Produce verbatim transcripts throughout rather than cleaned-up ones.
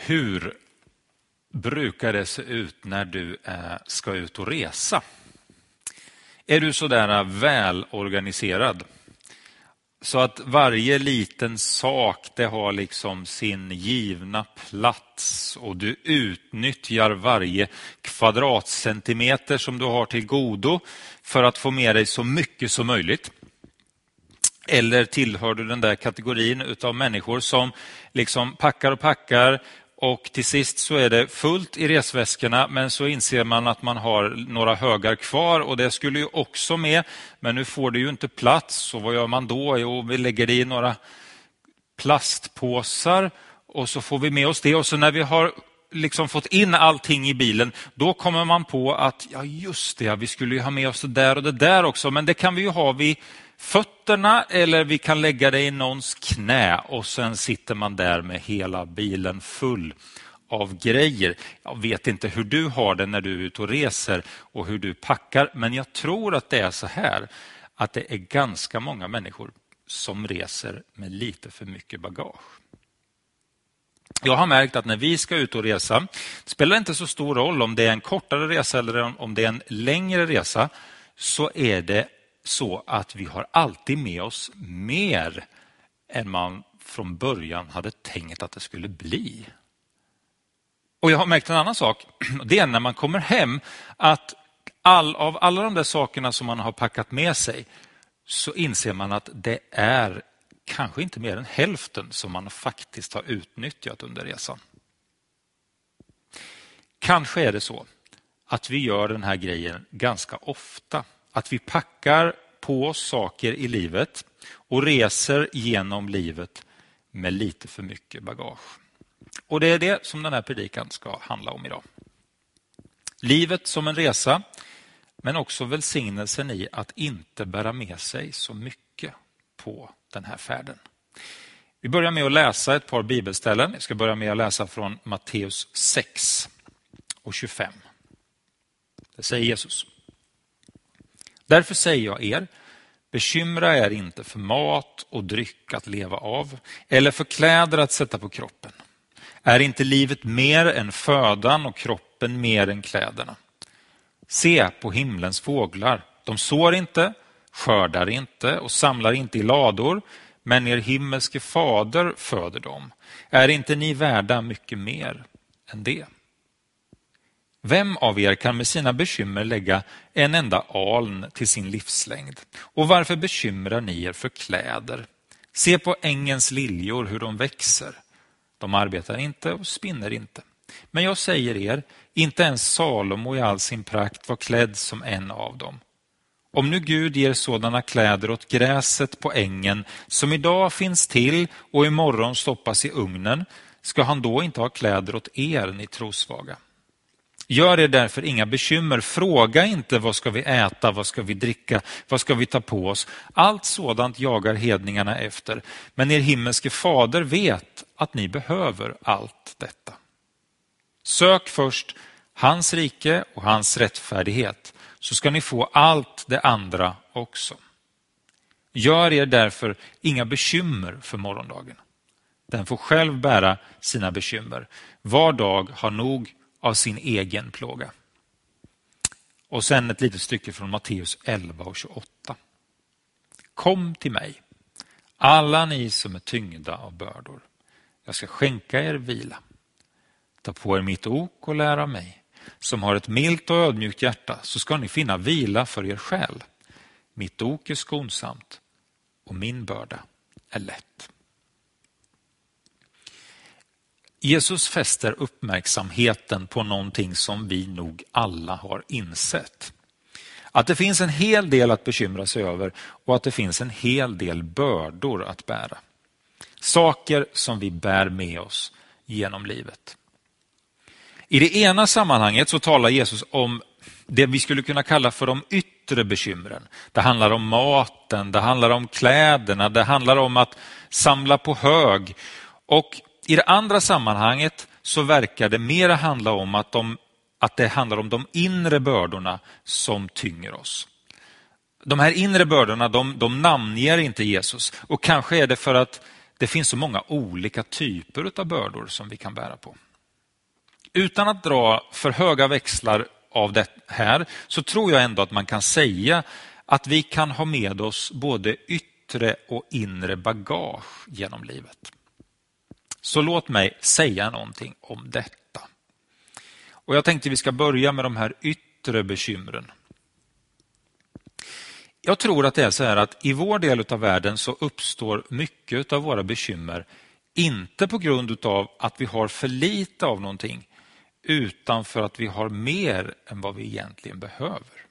Hur brukar det se ut när du ska ut och resa? Är du så där välorganiserad? Så att varje liten sak det har liksom sin givna plats och du utnyttjar varje kvadratcentimeter som du har till godo för att få med dig så mycket som möjligt. Eller tillhör du den där kategorin utav människor som liksom packar och packar och till sist så är det fullt i resväskorna, men så inser man att man har några högar kvar och det skulle ju också med, men nu får det ju inte plats. Så vad gör man då? Jo, vi lägger det i några plastpåsar och så får vi med oss det. Och så när vi har liksom fått in allting i bilen, då kommer man på att ja just det, vi skulle ju ha med oss det där och det där också, men det kan vi ju ha vid fötterna eller vi kan lägga det i någons knä och sen sitter man där med hela bilen full av grejer. Jag vet inte hur du har det när du är ute och reser och hur du packar, men jag tror att det är så här att det är ganska många människor som reser med lite för mycket bagage. Jag har märkt att när vi ska ut och resa, det spelar inte så stor roll om det är en kortare resa eller om det är en längre resa, så är det så att vi har alltid med oss mer än man från början hade tänkt att det skulle bli. Och jag har märkt en annan sak, det är när man kommer hem att all, av alla de där sakerna som man har packat med sig så inser man att det är kanske inte mer än hälften som man faktiskt har utnyttjat under resan. Kanske är det så att vi gör den här grejen ganska ofta. Att vi packar på saker i livet och reser genom livet med lite för mycket bagage. Och det är det som den här predikan ska handla om idag. Livet som en resa, men också välsignelsen i att inte bära med sig så mycket på den här färden. Vi börjar med att läsa ett par bibelställen. Jag ska börja med att läsa från Matteus sex och tjugofem. Det säger Jesus. Därför säger jag er, bekymra er inte för mat och dryck att leva av eller för kläder att sätta på kroppen. Är inte livet mer än födan och kroppen mer än kläderna? Se på himlens fåglar, de sår inte, skördar inte och samlar inte i lador, men er himmelske fader föder dem. Är inte ni värda mycket mer än det? Vem av er kan med sina bekymmer lägga en enda aln till sin livslängd? Och varför bekymrar ni er för kläder? Se på ängens liljor hur de växer. De arbetar inte och spinner inte. Men jag säger er, inte ens Salomo i all sin prakt var klädd som en av dem. Om nu Gud ger sådana kläder åt gräset på ängen som idag finns till och imorgon stoppas i ugnen, ska han då inte ha kläder åt er, ni trosvaga? Gör er därför inga bekymmer. Fråga inte vad ska vi äta, vad ska vi dricka, vad ska vi ta på oss. Allt sådant jagar hedningarna efter. Men er himmelske fader vet att ni behöver allt detta. Sök först hans rike och hans rättfärdighet, så ska ni få allt det andra också. Gör er därför inga bekymmer för morgondagen. Den får själv bära sina bekymmer. Var dag har nog av sin egen plåga. Och sen ett litet stycke från Matteus elva och tjugoåtta. Kom till mig, alla ni som är tyngda av bördor. Jag ska skänka er vila. Ta på er mitt ok och lär av mig. Som har ett milt och ödmjukt hjärta, så ska ni finna vila för er själ. Mitt ok är skonsamt och min börda är lätt. Jesus fäster uppmärksamheten på någonting som vi nog alla har insett. Att det finns en hel del att bekymra sig över och att det finns en hel del bördor att bära. Saker som vi bär med oss genom livet. I det ena sammanhanget så talar Jesus om det vi skulle kunna kalla för de yttre bekymren. Det handlar om maten, det handlar om kläderna, det handlar om att samla på hög. Och i det andra sammanhanget så verkar det mer handla om att, de, att det handlar om de inre bördorna som tynger oss. De här inre bördorna, de, de namnger inte Jesus. Och kanske är det för att det finns så många olika typer av bördor som vi kan bära på. Utan att dra för höga växlar av det här så tror jag ändå att man kan säga att vi kan ha med oss både yttre och inre bagage genom livet. Så låt mig säga någonting om detta. Och jag tänkte vi ska börja med de här yttre bekymren. Jag tror att det är så här att i vår del av världen så uppstår mycket av våra bekymmer inte på grund av att vi har för lite av någonting utan för att vi har mer än vad vi egentligen behöver.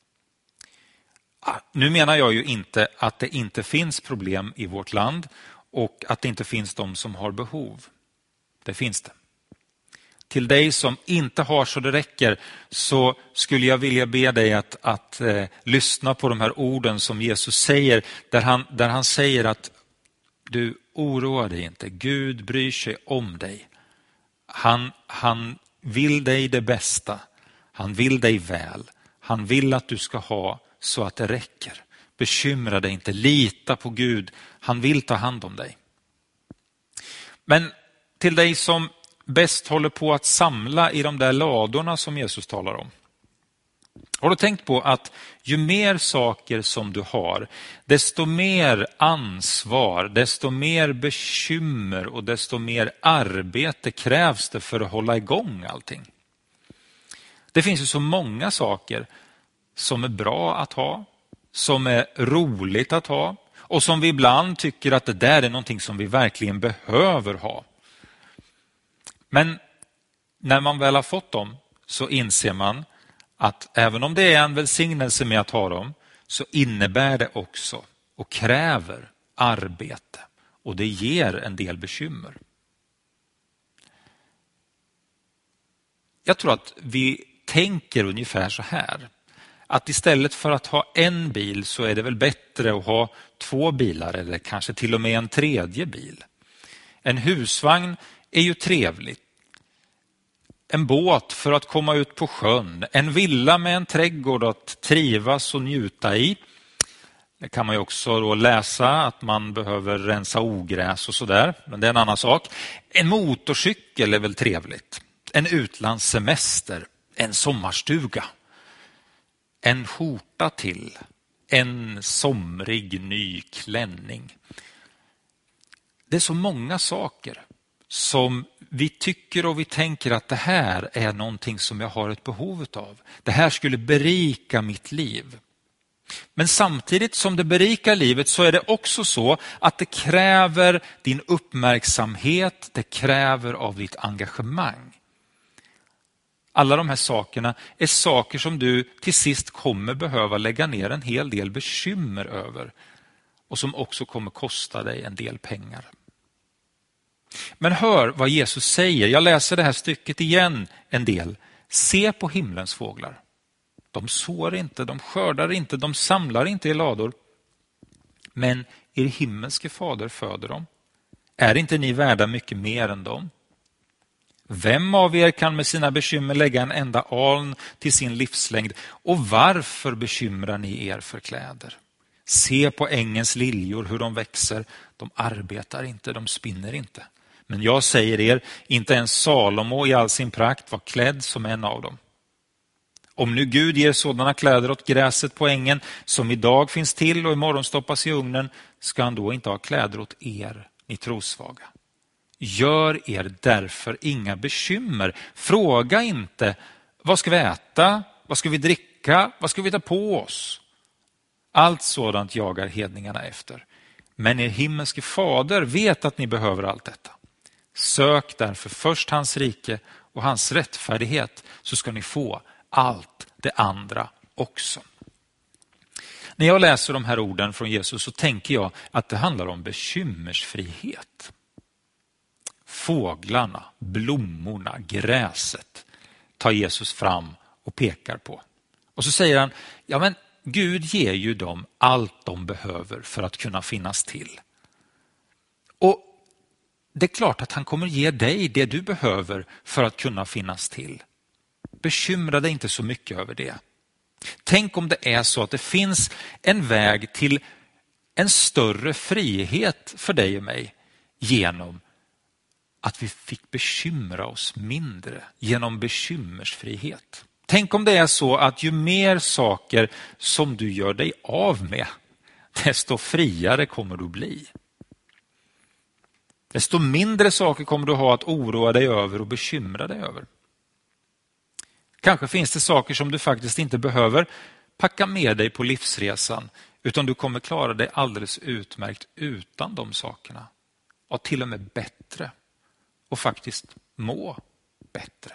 Nu menar jag ju inte att det inte finns problem i vårt land och att det inte finns de som har behov. Det finns det. Till dig som inte har så det räcker så skulle jag vilja be dig att, att eh, lyssna på de här orden som Jesus säger där han, där han säger att du oroar dig inte. Gud bryr sig om dig. Han, han vill dig det bästa. Han vill dig väl. Han vill att du ska ha så att det räcker. Bekymra dig inte. Lita på Gud. Han vill ta hand om dig. Men till dig som bäst håller på att samla i de där ladorna som Jesus talar om. Har du tänkt på att ju mer saker som du har, desto mer ansvar, desto mer bekymmer och desto mer arbete krävs det för att hålla igång allting. Det finns ju så många saker som är bra att ha, som är roligt att ha och som vi ibland tycker att det där är någonting som vi verkligen behöver ha. Men när man väl har fått dem så inser man att även om det är en välsignelse med att ha dem så innebär det också och kräver arbete och det ger en del bekymmer. Jag tror att vi tänker ungefär så här. Att istället för att ha en bil så är det väl bättre att ha två bilar eller kanske till och med en tredje bil. En husvagn är ju trevligt. En båt för att komma ut på sjön. En villa med en trädgård att trivas och njuta i. Det kan man ju också då läsa att man behöver rensa ogräs och sådär. Men det är en annan sak. En motorcykel är väl trevligt. En utlandssemester. En sommarstuga. En skjorta till. En somrig ny klänning. Det är så många saker som vi tycker och vi tänker att det här är någonting som jag har ett behov av. Det här skulle berika mitt liv. Men samtidigt som det berikar livet så är det också så att det kräver din uppmärksamhet, det kräver av ditt engagemang. Alla de här sakerna är saker som du till sist kommer behöva lägga ner en hel del bekymmer över och som också kommer kosta dig en del pengar. Men hör vad Jesus säger. Jag läser det här stycket igen en del. Se på himlens fåglar. De sår inte, de skördar inte, de samlar inte i lador. Men er himmelske fader föder dem. Är inte ni värda mycket mer än dem? Vem av er kan med sina bekymmer lägga en enda aln till sin livslängd? Och varför bekymrar ni er för kläder? Se på ängens liljor hur de växer. De arbetar inte, de spinner inte. Men jag säger er, inte ens Salomo i all sin prakt var klädd som en av dem. Om nu Gud ger sådana kläder åt gräset på ängen som idag finns till och imorgon stoppas i ugnen, ska han då inte ha kläder åt er, ni trosvaga. Gör er därför inga bekymmer. Fråga inte, vad ska vi äta? Vad ska vi dricka? Vad ska vi ta på oss? Allt sådant jagar hedningarna efter. Men er himmelske fader vet att ni behöver allt detta. Sök därför först hans rike och hans rättfärdighet så ska ni få allt det andra också. När jag läser de här orden från Jesus så tänker jag att det handlar om bekymmersfrihet. Fåglarna, blommorna, gräset tar Jesus fram och pekar på. Och så säger han, ja men Gud ger ju dem allt de behöver för att kunna finnas till. Och det är klart att han kommer ge dig det du behöver för att kunna finnas till. Bekymra dig inte så mycket över det. Tänk om det är så att det finns en väg till en större frihet för dig och mig genom att vi fick bekymra oss mindre genom bekymmersfrihet. Tänk om det är så att ju mer saker som du gör dig av med, desto friare kommer du bli. Desto mindre saker kommer du ha att oroa dig över och bekymra dig över. Kanske finns det saker som du faktiskt inte behöver packa med dig på livsresan, utan du kommer klara dig alldeles utmärkt utan de sakerna. Och till och med bättre. Och faktiskt må bättre.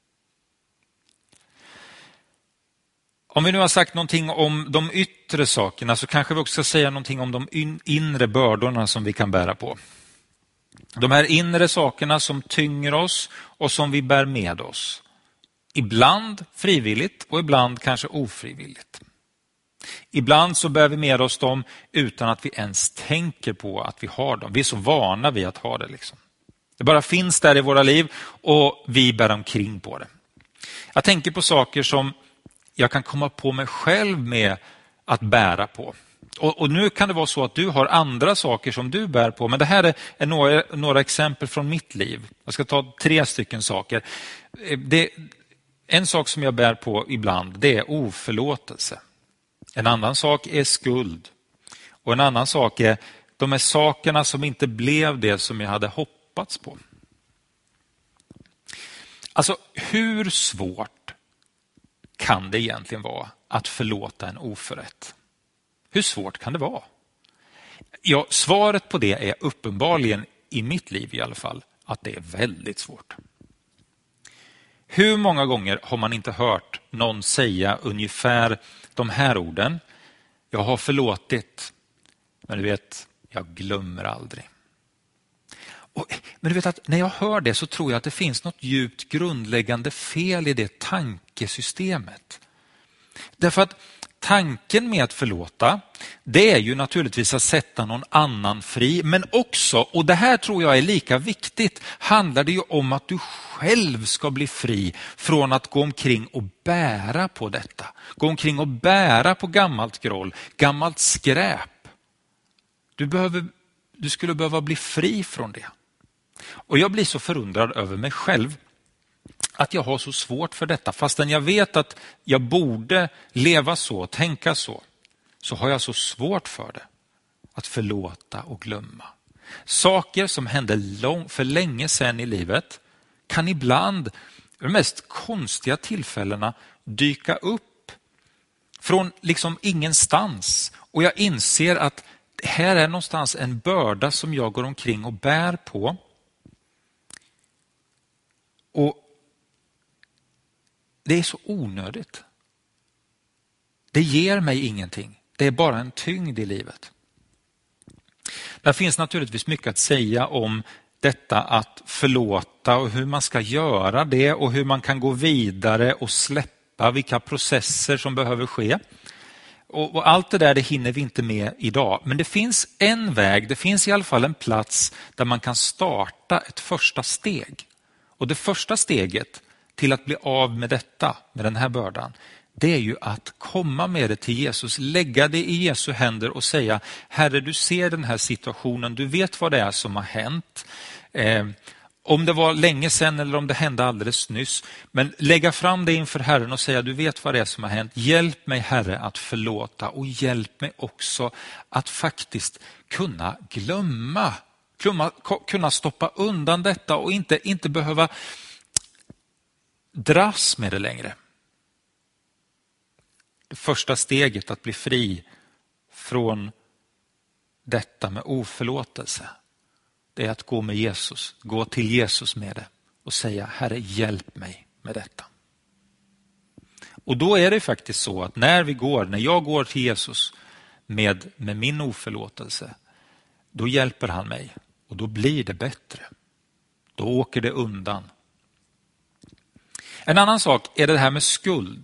Om vi nu har sagt någonting om de yttre sakerna, så kanske vi också ska säga någonting om de inre bördorna som vi kan bära på. De här inre sakerna som tynger oss och som vi bär med oss. Ibland frivilligt och ibland kanske ofrivilligt. Ibland så bär vi med oss dem utan att vi ens tänker på att vi har dem. Vi är så vana vid att ha det liksom. Det bara finns där i våra liv och vi bär omkring på det. Jag tänker på saker som jag kan komma på mig själv med att bära på. Och, och nu kan det vara så att du har andra saker som du bär på. Men det här är, är några, några exempel från mitt liv. Jag ska ta tre stycken saker. Det, en sak som jag bär på ibland, det är oförlåtelse. En annan sak är skuld. Och en annan sak är de här sakerna som inte blev det som jag hade hoppats på. Alltså, hur svårt kan det egentligen vara att förlåta en oförrätt? Hur svårt kan det vara? Ja, svaret på det är uppenbarligen, i mitt liv i alla fall, att det är väldigt svårt. Hur många gånger har man inte hört någon säga ungefär de här orden? Jag har förlåtit, men du vet, jag glömmer aldrig. Och, men du vet att när jag hör det så tror jag att det finns något djupt grundläggande fel i det tankesystemet. Därför att tanken med att förlåta, det är ju naturligtvis att sätta någon annan fri. Men också, och det här tror jag är lika viktigt, handlar det ju om att du själv ska bli fri från att gå omkring och bära på detta. Gå omkring och bära på gammalt groll, gammalt skräp. Du, behöver, du skulle behöva bli fri från det. Och jag blir så förundrad över mig själv att jag har så svårt för detta. Fastän jag vet att jag borde leva så, tänka så, så har jag så svårt för det. Att förlåta och glömma. Saker som hände lång, för länge sedan i livet kan ibland, i de mest konstiga tillfällena, dyka upp från liksom ingenstans. Och jag inser att här är någonstans en börda som jag går omkring och bär på. Och det är så onödigt. Det ger mig ingenting. Det är bara en tyngd i livet. Det finns naturligtvis mycket att säga om detta att förlåta och hur man ska göra det och hur man kan gå vidare och släppa vilka processer som behöver ske. Och, och allt det där det hinner vi inte med idag. Men det finns en väg, det finns i alla fall en plats där man kan starta ett första steg. Och det första steget till att bli av med detta, med den här bördan, det är ju att komma med det till Jesus, lägga det i Jesu händer och säga: Herre, du ser den här situationen, du vet vad det är som har hänt. Eh, om det var länge sedan eller om det hände alldeles nyss. Men lägga fram det inför Herren och säga: du vet vad det är som har hänt. Hjälp mig, Herre, att förlåta och hjälp mig också att faktiskt kunna glömma. Glömma kunna stoppa undan detta och inte, inte behöva dras med det längre. Det första steget att bli fri från detta med oförlåtelse, det är att gå med Jesus, gå till Jesus med det och säga: Herre, hjälp mig med detta. Och då är det faktiskt så att när vi går, när jag går till Jesus med, med min oförlåtelse, då hjälper han mig och då blir det bättre. Då åker det undan. En annan sak är det här med skuld.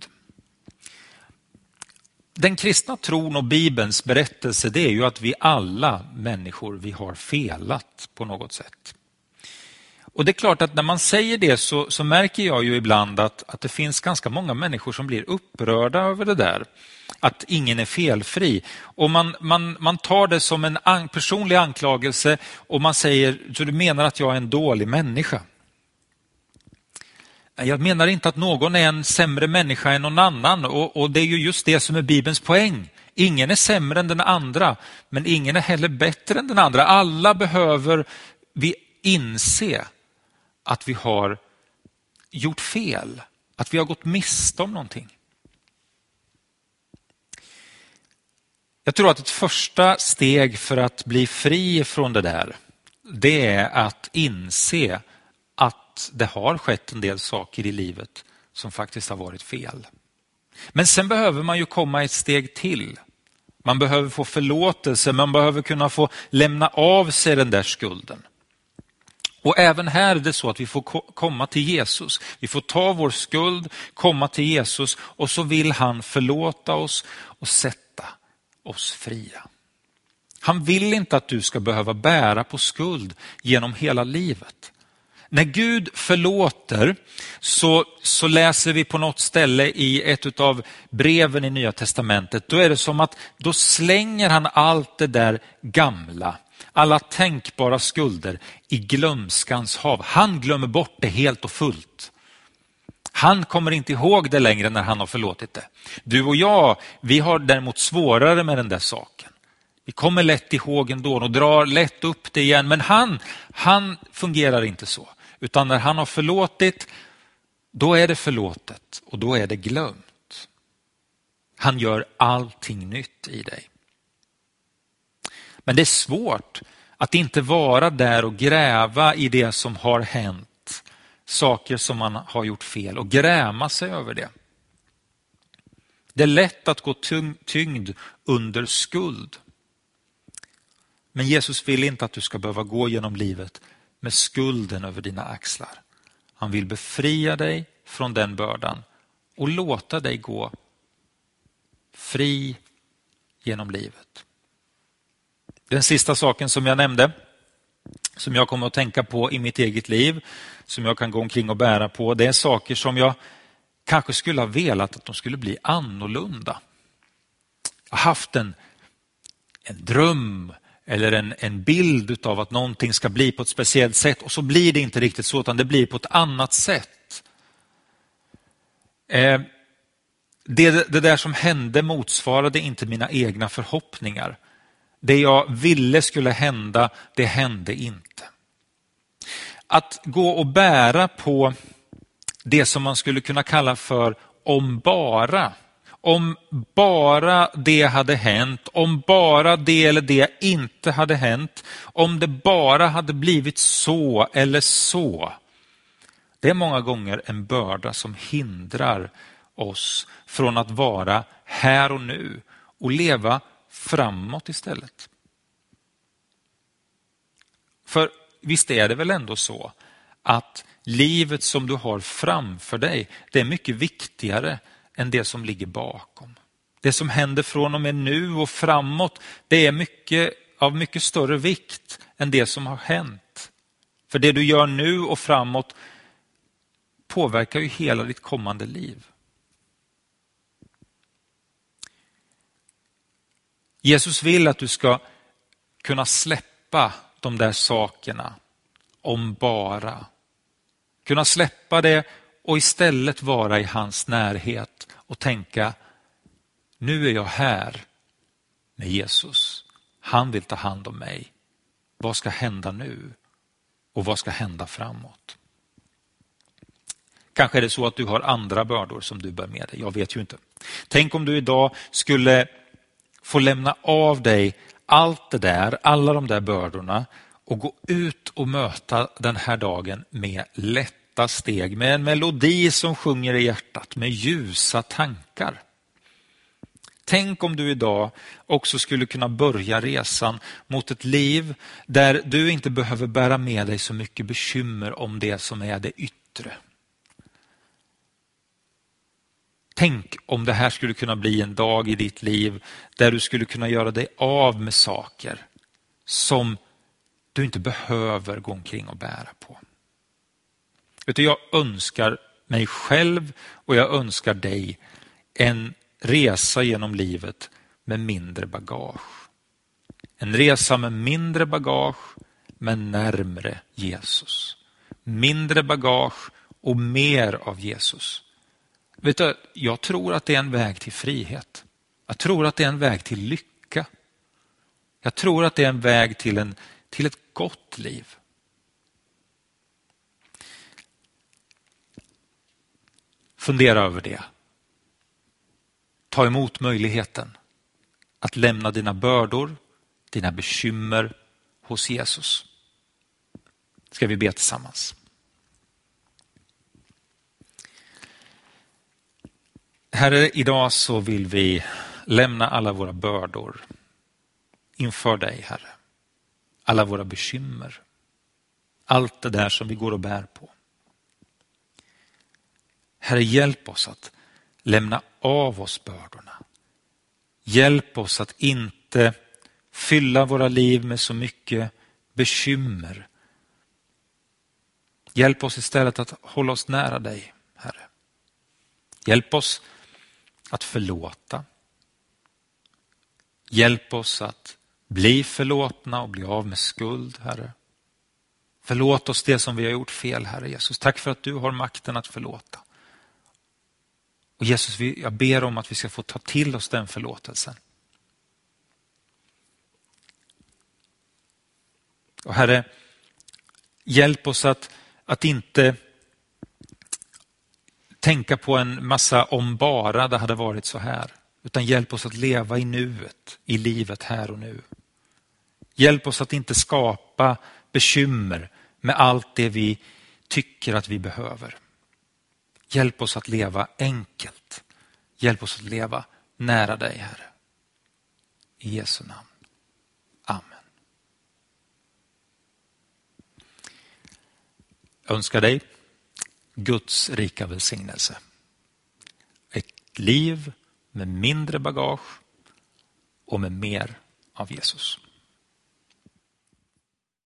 Den kristna tron och Bibelns berättelse, det är ju att vi alla människor, vi har felat på något sätt. Och det är klart att när man säger det så, så märker jag ju ibland att, att det finns ganska många människor som blir upprörda över det där. att ingen är felfri. Och man, man, man tar det som en an, personlig anklagelse och man säger, så du menar att jag är en dålig människa? Jag menar inte att någon är en sämre människa än någon annan, och, och det är ju just det som är Bibelns poäng. Ingen är sämre än den andra, men ingen är heller bättre än den andra. Alla behöver vi inse att vi har gjort fel, att vi har gått miste om någonting. Jag tror att ett första steg för att bli fri från det där, det är att inse att det har skett en del saker i livet som faktiskt har varit fel. Men sen behöver man ju komma ett steg till. Man behöver få förlåtelse, man behöver kunna få lämna av sig den där skulden. Och även här är det så att vi får komma till Jesus. Vi får ta vår skuld, komma till Jesus, och så vill han förlåta oss och sätta oss fria. Han vill inte att du ska behöva bära på skuld genom hela livet. När Gud förlåter så, så läser vi på något ställe i ett av breven i Nya testamentet, då är det som att då slänger han allt det där gamla, alla tänkbara skulder i glömskans hav. Han glömmer bort det helt och fullt. Han kommer inte ihåg det längre när han har förlåtit det. Du och jag, vi har däremot svårare med den där saken. Vi kommer lätt ihåg ändå och drar lätt upp det igen. Men han, han fungerar inte så. Utan när han har förlåtit, då är det förlåtet och då är det glömt. Han gör allting nytt i dig. Men det är svårt att inte vara där och gräva i det som har hänt. Saker som man har gjort fel och gräma sig över det. Det är lätt att gå tyngd under skuld. Men Jesus vill inte att du ska behöva gå genom livet med skulden över dina axlar. Han vill befria dig från den bördan och låta dig gå fri genom livet. Den sista saken som jag nämnde, som jag kommer att tänka på i mitt eget liv, som jag kan gå omkring och bära på, det är saker som jag kanske skulle ha velat att de skulle bli annorlunda. Jag har haft en, en dröm eller en, en bild av att någonting ska bli på ett speciellt sätt, och så blir det inte riktigt så, utan det blir på ett annat sätt. Eh, det, det där som hände motsvarade inte mina egna förhoppningar. Det jag ville skulle hända, det hände inte. Att gå och bära på det som man skulle kunna kalla för om bara. Om bara det hade hänt, om bara det eller det inte hade hänt, om det bara hade blivit så eller så. Det är många gånger en börda som hindrar oss från att vara här och nu och leva framåt istället. För visst är det väl ändå så att livet som du har framför dig, det är mycket viktigare än det som ligger bakom. Det som händer från och med nu och framåt, det är mycket av mycket större vikt än det som har hänt. För det du gör nu och framåt påverkar ju hela ditt kommande liv. Jesus vill att du ska kunna släppa de där sakerna om bara. Kunna släppa det och istället vara i hans närhet och tänka, nu är jag här med Jesus. Han vill ta hand om mig. Vad ska hända nu? Och vad ska hända framåt? Kanske är det så att du har andra bördor som du bär med dig. Jag vet ju inte. Tänk om du idag skulle få lämna av dig allt det där, alla de där bördorna, och gå ut och möta den här dagen med lätta steg, med en melodi som sjunger i hjärtat, med ljusa tankar. Tänk om du idag också skulle kunna börja resan mot ett liv där du inte behöver bära med dig så mycket bekymmer om det som är det yttre. Tänk om det här skulle kunna bli en dag i ditt liv där du skulle kunna göra dig av med saker som du inte behöver gå omkring och bära på. Vet du, jag önskar mig själv och jag önskar dig en resa genom livet med mindre bagage. En resa med mindre bagage men närmre Jesus. Mindre bagage och mer av Jesus. Vet du, jag tror att det är en väg till frihet. Jag tror att det är en väg till lycka. Jag tror att det är en väg till, en, till ett gott liv. Fundera över det. Ta emot möjligheten att lämna dina bördor, dina bekymmer hos Jesus. Ska vi be tillsammans. Herre, idag så vill vi lämna alla våra bördor inför dig, Herre. Alla våra bekymmer. Allt det där som vi går och bär på. Herre, hjälp oss att lämna av oss bördorna. Hjälp oss att inte fylla våra liv med så mycket bekymmer. Hjälp oss istället att hålla oss nära dig, Herre. Hjälp oss att förlåta. Hjälp oss att bli förlåtna och bli av med skuld, Herre. Förlåt oss det som vi har gjort fel, Herre Jesus. Tack för att du har makten att förlåta. Och Jesus, jag ber om att vi ska få ta till oss den förlåtelsen. Och Herre, hjälp oss att, att inte tänka på en massa om bara det hade varit så här. Utan hjälp oss att leva i nuet, i livet här och nu. Hjälp oss att inte skapa bekymmer med allt det vi tycker att vi behöver. Hjälp oss att leva enkelt. Hjälp oss att leva nära dig, Herre. I Jesu namn. Amen. Jag önskar dig Guds rika välsignelse. Ett liv med mindre bagage och med mer av Jesus.